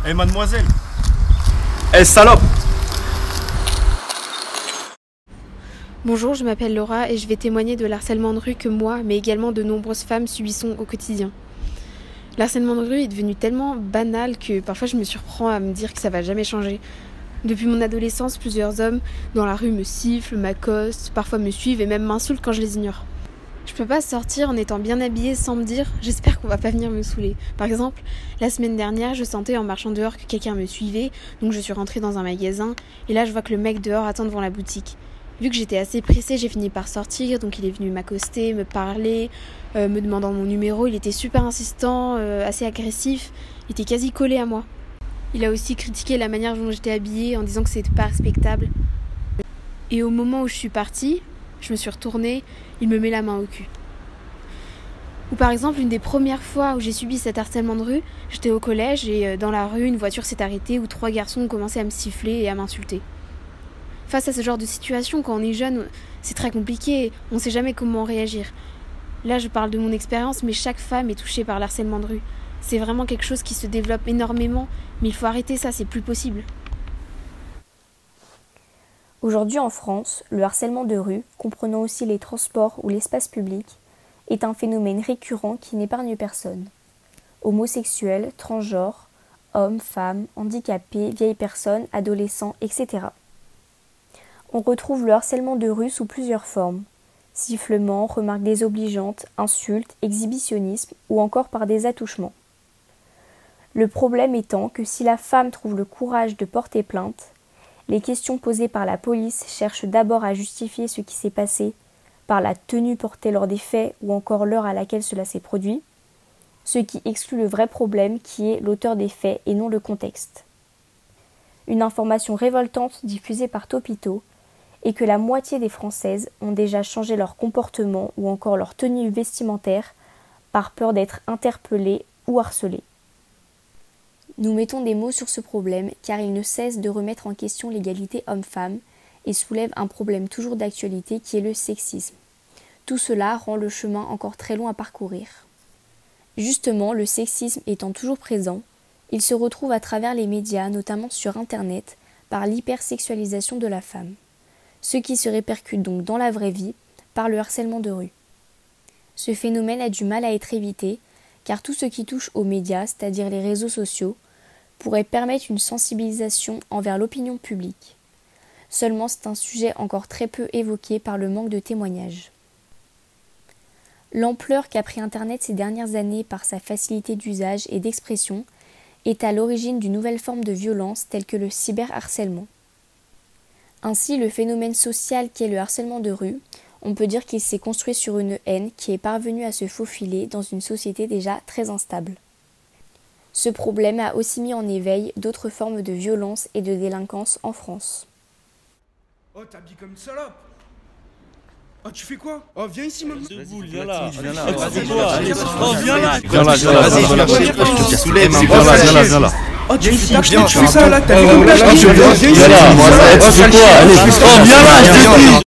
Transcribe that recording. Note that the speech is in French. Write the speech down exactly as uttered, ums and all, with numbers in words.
Eh mademoiselle. Eh salope. Bonjour, je m'appelle Laura et je vais témoigner de l'harcèlement de rue que moi, mais également de nombreuses femmes subissons au quotidien. L'harcèlement de rue est devenu tellement banal que parfois je me surprends à me dire que ça va jamais changer. Depuis mon adolescence, plusieurs hommes dans la rue me sifflent, m'accostent, parfois me suivent et même m'insultent quand je les ignore. Je peux pas sortir en étant bien habillée sans me dire « j'espère qu'on va pas venir me saouler ». Par exemple, la semaine dernière, je sentais en marchant dehors que quelqu'un me suivait, donc je suis rentrée dans un magasin et là je vois que le mec dehors attend devant la boutique. Vu que j'étais assez pressée, j'ai fini par sortir, donc il est venu m'accoster, me parler, euh, me demandant mon numéro. Il était super insistant, euh, assez agressif, il était quasi collé à moi. Il a aussi critiqué la manière dont j'étais habillée en disant que c'était pas respectable. Et au moment où je suis partie, je me suis retournée, il me met la main au cul. Ou par exemple, une des premières fois où j'ai subi cet harcèlement de rue, j'étais au collège et dans la rue, une voiture s'est arrêtée où trois garçons ont commencé à me siffler et à m'insulter. Face à ce genre de situation, quand on est jeune, c'est très compliqué, on ne sait jamais comment réagir. Là, je parle de mon expérience, mais chaque femme est touchée par l'harcèlement de rue. C'est vraiment quelque chose qui se développe énormément, mais il faut arrêter ça, c'est plus possible. Aujourd'hui en France, le harcèlement de rue, comprenant aussi les transports ou l'espace public, est un phénomène récurrent qui n'épargne personne. Homosexuels, transgenres, hommes, femmes, handicapés, vieilles personnes, adolescents, et cetera. On retrouve le harcèlement de rue sous plusieurs formes. Sifflements, remarques désobligeantes, insultes, exhibitionnisme ou encore par des attouchements. Le problème étant que si la femme trouve le courage de porter plainte, les questions posées par la police cherchent d'abord à justifier ce qui s'est passé par la tenue portée lors des faits ou encore l'heure à laquelle cela s'est produit, ce qui exclut le vrai problème qui est l'auteur des faits et non le contexte. Une information révoltante diffusée par Topito est que la moitié des Françaises ont déjà changé leur comportement ou encore leur tenue vestimentaire par peur d'être interpellées ou harcelées. Nous mettons des mots sur ce problème car il ne cesse de remettre en question l'égalité homme-femme et soulève un problème toujours d'actualité qui est le sexisme. Tout cela rend le chemin encore très long à parcourir. Justement, le sexisme étant toujours présent, il se retrouve à travers les médias, notamment sur Internet, par l'hypersexualisation de la femme. Ce qui se répercute donc dans la vraie vie par le harcèlement de rue. Ce phénomène a du mal à être évité car tout ce qui touche aux médias, c'est-à-dire les réseaux sociaux, pourrait permettre une sensibilisation envers l'opinion publique. Seulement c'est un sujet encore très peu évoqué par le manque de témoignages. L'ampleur qu'a pris Internet ces dernières années par sa facilité d'usage et d'expression est à l'origine d'une nouvelle forme de violence telle que le cyberharcèlement. Ainsi, le phénomène social qu'est le harcèlement de rue, on peut dire qu'il s'est construit sur une haine qui est parvenue à se faufiler dans une société déjà très instable. Ce problème a aussi mis en éveil d'autres formes de violence et de délinquance en France. Oh, t'habilles comme une salope. Oh, tu fais quoi? Oh, viens ici maintenant. Debout, viens là. Viens là. Oh, viens là. Viens là, viens là, Vas-y, viens là, je viens là, te soulève, soulève. viens là, viens là, viens là. Oh, tu fais Viens, tu fais ça là, t'as vu oh, comme là, oh, je viens là, viens ici. viens là, moi, tu fais quoi? Allez, oh, viens là, je te dis.